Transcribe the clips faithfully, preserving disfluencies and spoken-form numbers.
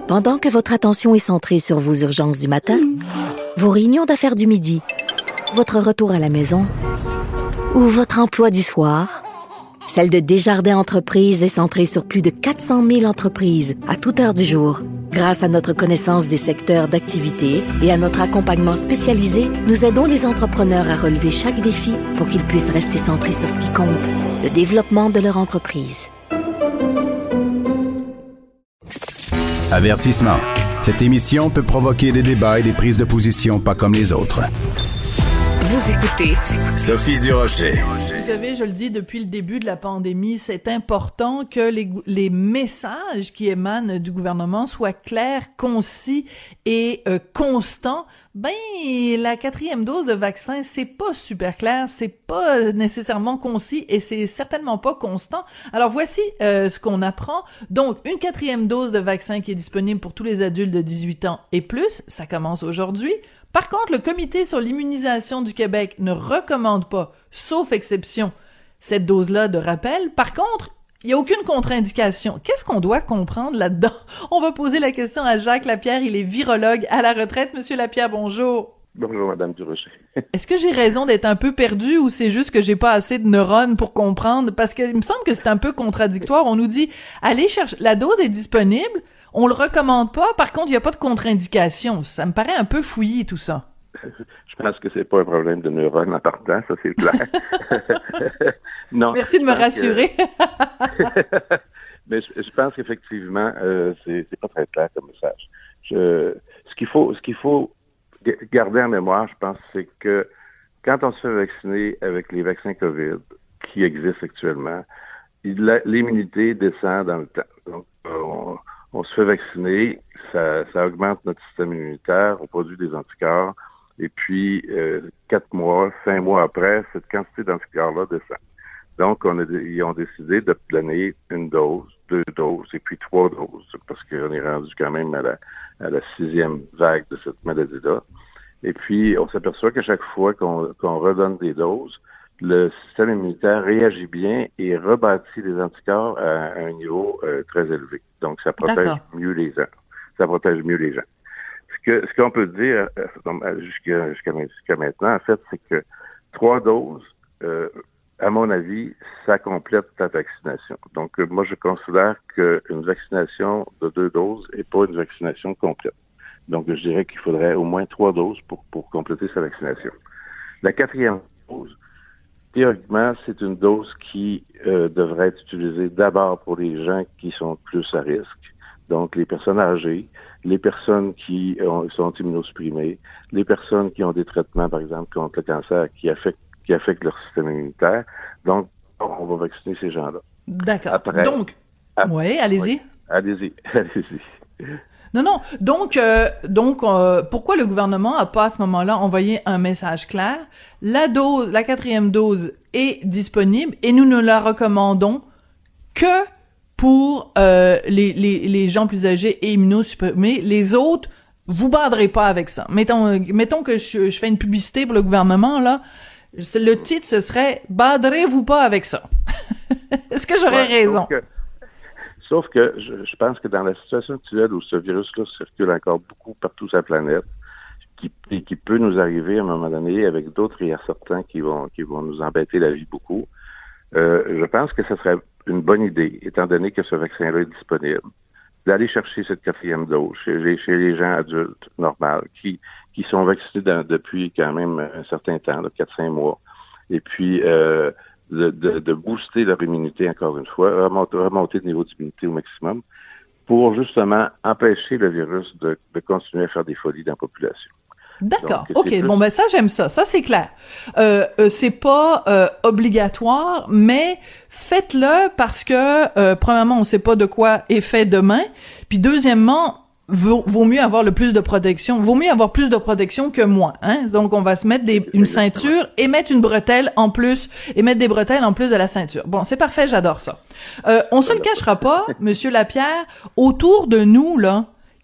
Pendant que votre attention est centrée sur vos urgences du matin, vos réunions d'affaires du midi, votre retour à la maison ou votre emploi du soir, celle de Desjardins Entreprises est centrée sur plus de quatre cent mille entreprises à toute heure du jour. Grâce à notre connaissance des secteurs d'activité et à notre accompagnement spécialisé, nous aidons les entrepreneurs à relever chaque défi pour qu'ils puissent rester centrés sur ce qui compte, le développement de leur entreprise. Avertissement. Cette émission peut provoquer des débats et des prises de position pas comme les autres. Vous écoutez Sophie Durocher. Vous savez, je le dis depuis le début de la pandémie, c'est important que les, les messages qui émanent du gouvernement soient clairs, concis et euh, constants. Ben, la quatrième dose de vaccin, c'est pas super clair, c'est pas nécessairement concis et c'est certainement pas constant. Alors voici euh, ce qu'on apprend. Donc, une quatrième dose de vaccin qui est disponible pour tous les adultes de dix-huit ans et plus, ça commence aujourd'hui. Par contre, le Comité sur l'immunisation du Québec ne recommande pas, sauf exception, cette dose-là de rappel. Par contre, il n'y a aucune contre-indication. Qu'est-ce qu'on doit comprendre là-dedans? On va poser la question à Jacques Lapierre. Il est virologue à la retraite. Monsieur Lapierre, bonjour. Bonjour, Madame Durocher. Est-ce que j'ai raison d'être un peu perdu ou c'est juste que j'ai pas assez de neurones pour comprendre? Parce qu'il me semble que c'est un peu contradictoire. On nous dit, allez chercher, la dose est disponible, on le recommande pas, par contre, il n'y a pas de contre-indication. Ça me paraît un peu fouillis, tout ça. Je pense que c'est pas un problème de neurones en partant, ça c'est clair. Non. Merci de me rassurer. Que... Mais je, je pense qu'effectivement, euh, c'est, c'est pas très clair comme message. Je, ce qu'il faut, ce qu'il faut garder en mémoire, je pense, c'est que quand on se fait vacciner avec les vaccins COVID qui existent actuellement, il, l'immunité descend dans le temps. Donc, on, on se fait vacciner, ça, ça augmente notre système immunitaire, on produit des anticorps, et puis euh, quatre mois, cinq mois après, cette quantité d'anticorps-là descend. Donc, on a, ils ont décidé de donner une dose, deux doses, et puis trois doses, parce qu'on est rendu quand même à la, à la sixième vague de cette maladie-là. Et puis, on s'aperçoit qu'à chaque fois qu'on, qu'on redonne des doses, le système immunitaire réagit bien et rebâtit les anticorps à un niveau euh, très élevé. Donc, ça protège D'accord. mieux les gens. Ça protège mieux les gens. Ce que ce qu'on peut dire euh, jusqu'à, jusqu'à jusqu'à maintenant, en fait, c'est que trois doses, euh, à mon avis, ça complète ta vaccination. Donc, euh, moi, je considère qu'une vaccination de deux doses n'est pas une vaccination complète. Donc, je dirais qu'il faudrait au moins trois doses pour, pour compléter sa vaccination. La quatrième dose, théoriquement, c'est une dose qui euh, devrait être utilisée d'abord pour les gens qui sont plus à risque, donc les personnes âgées, les personnes qui ont, sont immunosupprimées, les personnes qui ont des traitements, par exemple, contre le cancer, qui affectent, qui affectent leur système immunitaire. Donc, on va vacciner ces gens-là. D'accord. Après, donc, oui, allez-y. Oui, allez-y, allez-y. Non, non. Donc, euh, donc, euh, pourquoi le gouvernement a pas à ce moment-là envoyé un message clair? La dose, la quatrième dose est disponible et nous ne la recommandons que pour euh, les, les, les gens plus âgés et immunosupprimés. Les autres, vous baderez pas avec ça. Mettons, mettons que je, je fais une publicité pour le gouvernement, là. Le titre, ce serait « Baderez-vous pas avec ça ». Est-ce que j'aurais ouais, raison? Donc, sauf que je, je pense que dans la situation actuelle où ce virus-là circule encore beaucoup partout sur la planète, qui, et qui peut nous arriver à un moment donné avec d'autres réassortants qui vont qui vont nous embêter la vie beaucoup, euh, je pense que ce serait une bonne idée, étant donné que ce vaccin-là est disponible, d'aller chercher cette quatrième dose chez les, chez les gens adultes normaux qui qui sont vaccinés dans, depuis quand même un certain temps, quatre cinq mois, et puis euh, De, de, de booster leur immunité, encore une fois, remonter, remonter le niveau d'immunité au maximum pour justement empêcher le virus de, de continuer à faire des folies dans la population. D'accord. Donc, OK. plus... Bon, ben ça, j'aime ça. Ça, c'est clair. Euh, euh, c'est pas euh, obligatoire, mais faites-le parce que, euh, premièrement, on sait pas de quoi est fait demain. Puis, deuxièmement, Vaut, vaut mieux avoir le plus de protection. Vaut mieux avoir plus de protection que moins, hein. Donc, on va se mettre des, une ceinture et mettre une bretelle en plus, et mettre des bretelles en plus de la ceinture. Bon, c'est parfait, j'adore ça. Euh, on se le cachera pas, Monsieur Lapierre, autour de nous, là,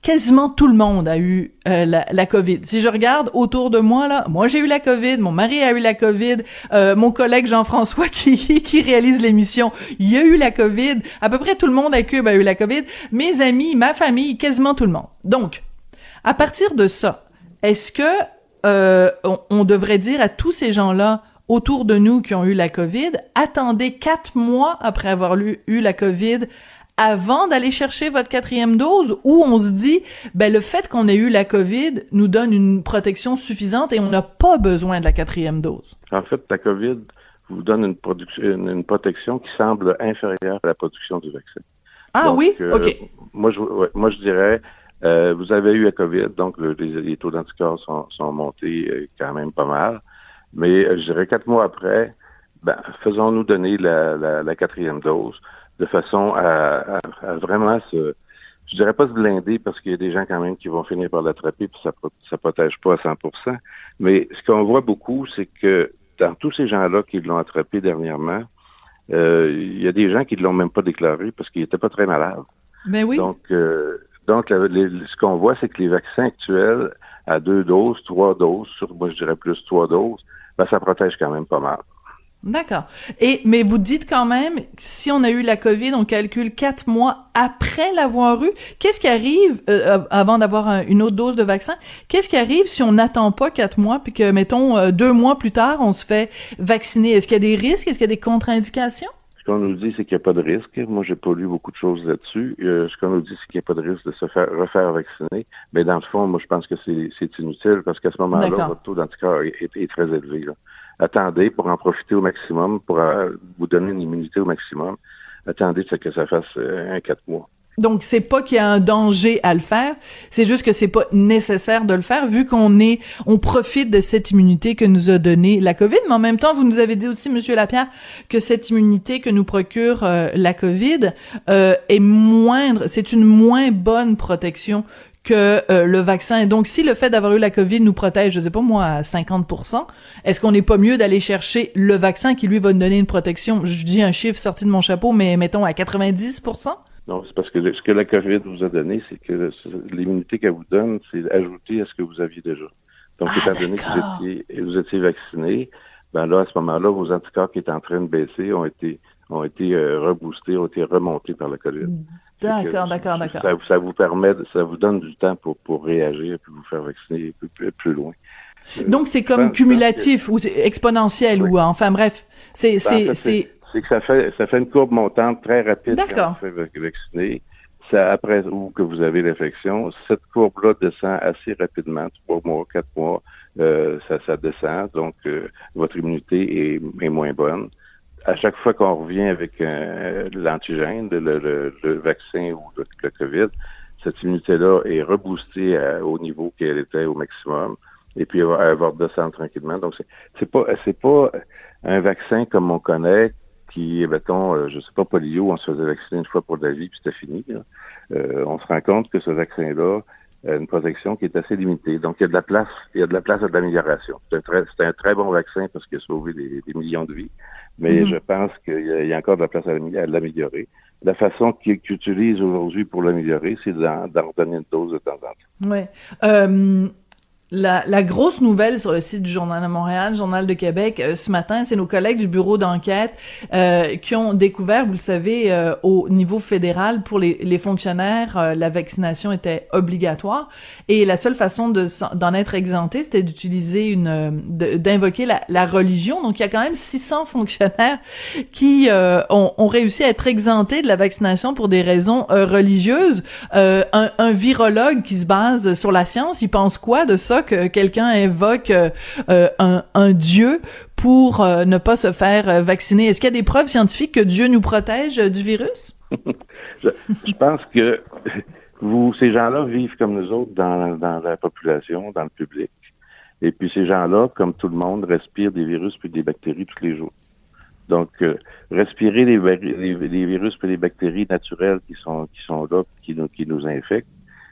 quasiment tout le monde a eu euh, la, la COVID. Si je regarde autour de moi, là, moi j'ai eu la COVID, mon mari a eu la COVID, euh, mon collègue Jean-François qui, qui réalise l'émission, il a eu la COVID, à peu près tout le monde à Cube a eu la COVID, mes amis, ma famille, quasiment tout le monde. Donc, à partir de ça, est-ce que euh, on, on devrait dire à tous ces gens-là autour de nous qui ont eu la COVID, attendez quatre mois après avoir eu, eu la COVID avant d'aller chercher votre quatrième dose, ou on se dit, ben le fait qu'on ait eu la COVID nous donne une protection suffisante et on n'a pas besoin de la quatrième dose? En fait, la COVID vous donne une, production, une, une protection qui semble inférieure à la production du vaccin. Ah donc, oui? Euh, OK. Moi, je, ouais, moi, je dirais, euh, vous avez eu la COVID, donc le, les, les taux d'anticorps sont, sont montés euh, quand même pas mal. Mais euh, je dirais quatre mois après, ben, faisons-nous donner la, la, la quatrième dose de façon à, à, à vraiment se, je dirais pas se blinder parce qu'il y a des gens quand même qui vont finir par l'attraper puis ça ça protège pas à cent pour cent. Mais ce qu'on voit beaucoup, c'est que dans tous ces gens-là qui l'ont attrapé dernièrement, euh, il y a des gens qui ne l'ont même pas déclaré parce qu'ils étaient pas très malades. Ben oui. Donc, euh, donc la, les, ce qu'on voit, c'est que les vaccins actuels à deux doses, trois doses, sur moi je dirais plus trois doses, ben ça protège quand même pas mal. D'accord. Et mais vous dites quand même, si on a eu la COVID, on calcule quatre mois après l'avoir eu. Qu'est-ce qui arrive euh, avant d'avoir un, une autre dose de vaccin? Qu'est-ce qui arrive si on n'attend pas quatre mois puis que, mettons, euh, deux mois plus tard, on se fait vacciner? Est-ce qu'il y a des risques? Est-ce qu'il y a des contre-indications? Ce qu'on nous dit, c'est qu'il n'y a pas de risque. Moi, j'ai pas lu beaucoup de choses là-dessus. Euh, ce qu'on nous dit, c'est qu'il n'y a pas de risque de se faire refaire vacciner. Mais dans le fond, moi, je pense que c'est, c'est inutile parce qu'à ce moment-là, D'accord. votre taux d'anticorps est, est, est très élevé, là. Attendez pour en profiter au maximum, pour euh, vous donner une immunité au maximum. Attendez que ça fasse euh, un quatre mois. Donc, c'est pas qu'il y a un danger à le faire, c'est juste que c'est pas nécessaire de le faire vu qu'on est, on profite de cette immunité que nous a donnée la COVID. Mais en même temps, vous nous avez dit aussi, Monsieur Lapierre, que cette immunité que nous procure euh, la COVID euh, est moindre, c'est une moins bonne protection que euh, le vaccin. Donc, si le fait d'avoir eu la COVID nous protège, je sais pas moi, à cinquante pour cent, est-ce qu'on n'est pas mieux d'aller chercher le vaccin qui, lui, va nous donner une protection, je dis un chiffre sorti de mon chapeau, mais mettons à quatre-vingt-dix pour cent? Non, c'est parce que ce que la COVID vous a donné, c'est que l'immunité qu'elle vous donne, c'est ajouté à ce que vous aviez déjà. Donc, ah, étant donné que vous étiez, vous étiez vacciné, ben là, à ce moment-là, vos anticorps qui étaient en train de baisser ont été ont été euh, reboostés, ont été remontés par la COVID. D'accord, d'accord, d'accord. Ça, ça vous permet, ça vous donne du temps pour, pour réagir puis vous faire vacciner plus, plus, plus loin. Donc, c'est comme cumulatif que... ou exponentiel oui. ou enfin bref, c'est ben, c'est en fait, c'est c'est que ça fait ça fait une courbe montante très rapide D'accord. quand vous faites vacciner. Ça, après ou que vous avez l'infection, cette courbe-là descend assez rapidement, trois mois, quatre mois, euh, ça, ça descend, donc euh, votre immunité est, est moins bonne. À chaque fois qu'on revient avec euh, l'antigène, le, le, le vaccin ou le, le COVID, cette immunité-là est reboostée à, au niveau qu'elle était au maximum, et puis elle va, elle va redescendre tranquillement. Donc c'est, c'est pas c'est pas un vaccin comme on connaît, qui, mettons, euh, je sais pas, polio, on se faisait vacciner une fois pour la vie, puis c'était fini. Euh, on se rend compte que ce vaccin-là a une protection qui est assez limitée. Donc, il y a de la place, il y a de la place à de l'amélioration. C'est un très, c'est un très bon vaccin parce qu'il a sauvé des, des millions de vies, mais mm-hmm. je pense qu'il y a, il y a encore de la place à, à l'améliorer. La façon qu'ils, qu'ils utilisent aujourd'hui pour l'améliorer, c'est d'en, d'en donner une dose de temps en temps. Oui. Euh... La, la grosse nouvelle sur le site du Journal de Montréal, Journal de Québec, euh, ce matin, c'est nos collègues du bureau d'enquête euh, qui ont découvert, vous le savez, euh, au niveau fédéral, pour les, les fonctionnaires, euh, la vaccination était obligatoire et la seule façon de, d'en être exempté, c'était d'utiliser une, de, d'invoquer la, la religion. Donc, il y a quand même six cents fonctionnaires qui euh, ont, ont réussi à être exemptés de la vaccination pour des raisons euh, religieuses. Euh, un, un virologue qui se base sur la science, il pense quoi de ça? Que quelqu'un invoque euh, un, un dieu pour euh, ne pas se faire euh, vacciner. Est-ce qu'il y a des preuves scientifiques que Dieu nous protège euh, du virus? je, je pense que vous, ces gens-là vivent comme nous autres dans, dans la population, dans le public. Et puis ces gens-là, comme tout le monde, respirent des virus puis des bactéries tous les jours. Donc, euh, respirer les, les, les virus puis les bactéries naturelles qui sont qui sont là, qui nous qui nous infectent,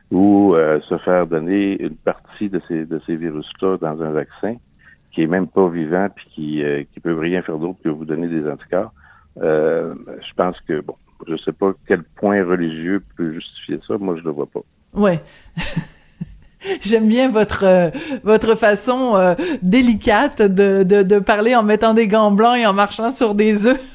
ou euh, se faire donner une partie de ces de ces virus-là dans un vaccin qui est même pas vivant puis qui euh, qui peut rien faire d'autre que vous donner des anticorps. Euh, je pense que bon, Je sais pas quel point religieux peut justifier ça. Moi, je le vois pas. Ouais. J'aime bien votre euh, votre façon euh, délicate de, de de parler en mettant des gants blancs et en marchant sur des œufs.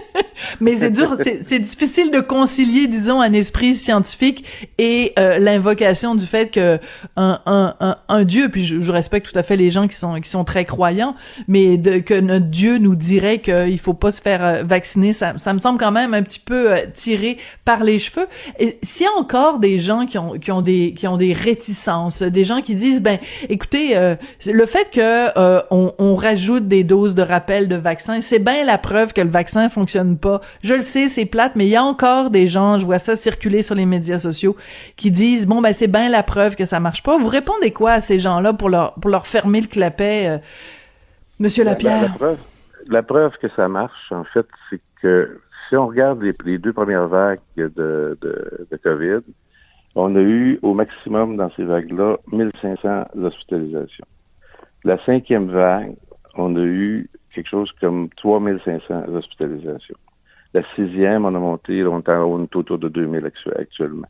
Mais c'est dur, c'est, c'est difficile de concilier, disons, un esprit scientifique et euh, l'invocation du fait que un, un, un, un Dieu, puis je, je respecte tout à fait les gens qui sont qui sont très croyants, mais de, que notre Dieu nous dirait qu'il faut pas se faire euh, vacciner, ça, ça me semble quand même un petit peu euh, tiré par les cheveux. Et s'il y a encore des gens qui ont qui ont des qui ont des réticences, des gens qui disent, ben, écoutez, euh, le fait que euh, on, on rajoute des doses de rappel de vaccin, c'est bien la preuve que le vaccin fonctionne pas. Je le sais, c'est plate, mais il y a encore des gens, je vois ça circuler sur les médias sociaux, qui disent, bon, ben, c'est bien la preuve que ça marche pas. Vous répondez quoi à ces gens-là pour leur, pour leur fermer le clapet, euh, Monsieur Lapierre? La, la, la, preuve, la preuve que ça marche, en fait, c'est que si on regarde les, les deux premières vagues de, de, de COVID, on a eu au maximum dans ces vagues-là mille cinq cents hospitalisations. La cinquième vague, on a eu quelque chose comme trois mille cinq cents hospitalisations. La sixième, on a monté, on est, on est autour de deux mille actuellement.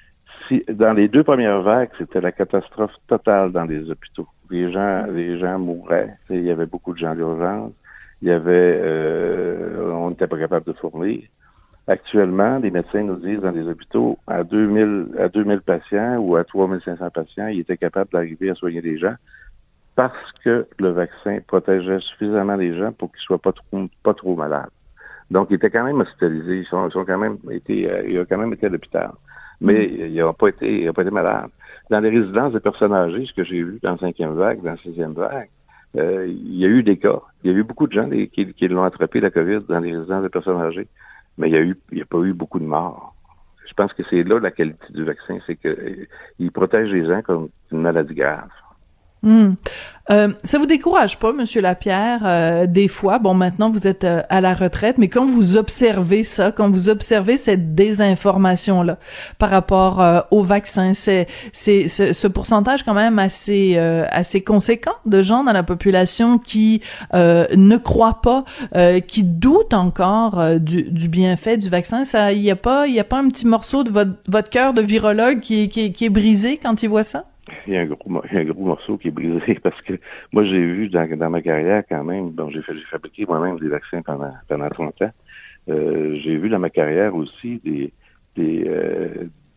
Si, dans les deux premières vagues, c'était la catastrophe totale dans les hôpitaux. Les gens, les gens mouraient. Il y avait beaucoup de gens d'urgence. Il y avait, euh, on n'était pas capable de fournir. Actuellement, les médecins nous disent dans les hôpitaux, à deux mille, à deux mille patients ou à trois mille cinq cents patients, ils étaient capables d'arriver à soigner les gens parce que le vaccin protégeait suffisamment les gens pour qu'ils soient pas trop, pas trop malades. Donc, ils étaient quand même hospitalisés. Ils sont, ils sont quand même été, euh, ils ont quand même été à l'hôpital. Mais ils n'ont pas été, ils n'ont pas été malades. Dans les résidences de personnes âgées, ce que j'ai vu dans la cinquième vague, dans la sixième vague, euh, il y a eu des cas. Il y a eu beaucoup de gens des, qui, qui l'ont attrapé, la COVID, dans les résidences de personnes âgées. Mais il y a eu, il n'y a pas eu beaucoup de morts. Je pense que c'est là la qualité du vaccin, c'est que euh, il protège les gens comme une maladie grave. Mmh. Euh, ça vous décourage pas, Monsieur Lapierre, euh, des fois, bon, maintenant vous êtes euh, à la retraite, mais quand vous observez ça, quand vous observez cette désinformation-là par rapport euh, au vaccin, c'est, c'est, c'est ce pourcentage quand même assez euh, assez conséquent de gens dans la population qui euh, ne croient pas, euh, qui doutent encore euh, du, du bienfait du vaccin. Ça, il y a pas, il y a pas un petit morceau de votre votre cœur de virologue qui est, qui est, qui est brisé quand il voit ça? Il y a un gros, il y a un gros morceau qui est brisé parce que moi, j'ai vu dans, dans ma carrière quand même, bon, j'ai fait, j'ai fabriqué moi-même des vaccins pendant, pendant trente ans. Euh, j'ai vu dans ma carrière aussi des, des, euh,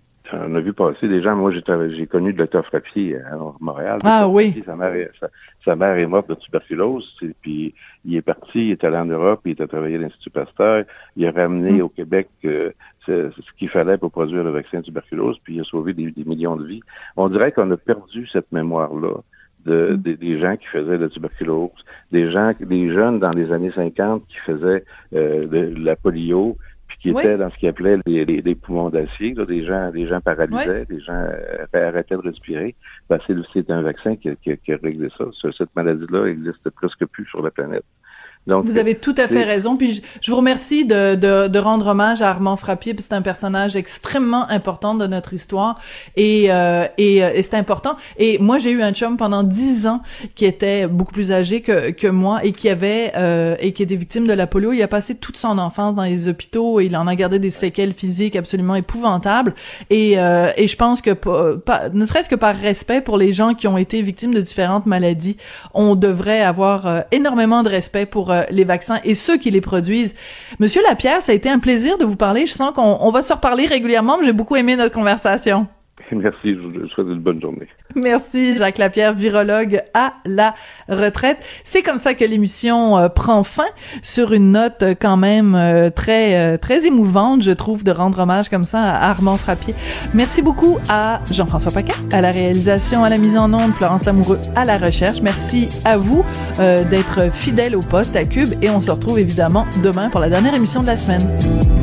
on a vu passer des gens, moi, j'ai, j'ai connu le docteur Frappier à Montréal. Ah oui. Frappier, sa mère, sa, sa mère est morte de tuberculose, et puis il est parti, il est allé en Europe, il est à travailler à l'Institut Pasteur, il a ramené mmh. au Québec, euh, c'est ce qu'il fallait pour produire le vaccin tuberculose, puis il a sauvé des, des millions de vies. On dirait qu'on a perdu cette mémoire-là de, de des gens qui faisaient de la tuberculose, des gens, des jeunes dans les années cinquante qui faisaient euh, de, de la polio, puis qui oui. étaient dans ce qu'ils appelaient les, les, les poumons d'acier, là, des gens, des gens paralysés, oui. des gens euh, arrêtaient de respirer. Ben, c'est, c'est un vaccin qui, qui, qui a réglé ça. Cette maladie-là n'existe presque plus sur la planète. Donc, vous avez tout à fait raison. Puis je, je vous remercie de, de, de rendre hommage à Armand Frappier, puis c'est un personnage extrêmement important de notre histoire et euh, et, et c'est important. Et moi, j'ai eu un chum pendant dix ans qui était beaucoup plus âgé que que moi et qui avait euh, et qui était victime de la polio. Il a passé toute son enfance dans les hôpitaux et il en a gardé des séquelles physiques absolument épouvantables. Et euh, et je pense que pas, ne serait-ce que par respect pour les gens qui ont été victimes de différentes maladies, on devrait avoir euh, énormément de respect pour les vaccins et ceux qui les produisent. Monsieur Lapierre, ça a été un plaisir de vous parler. Je sens qu'on on va se reparler régulièrement, mais j'ai beaucoup aimé notre conversation. Merci, je vous souhaite une bonne journée. Merci, Jacques Lapierre, virologue à la retraite. C'est comme ça que l'émission euh, prend fin, sur une note euh, quand même euh, très euh, très émouvante, je trouve, de rendre hommage comme ça à Armand Frappier. Merci beaucoup à Jean-François Paquin, à la réalisation, à la mise en onde, Florence Lamoureux à la recherche. Merci à vous euh, d'être fidèles au poste à Cube et on se retrouve évidemment demain pour la dernière émission de la semaine.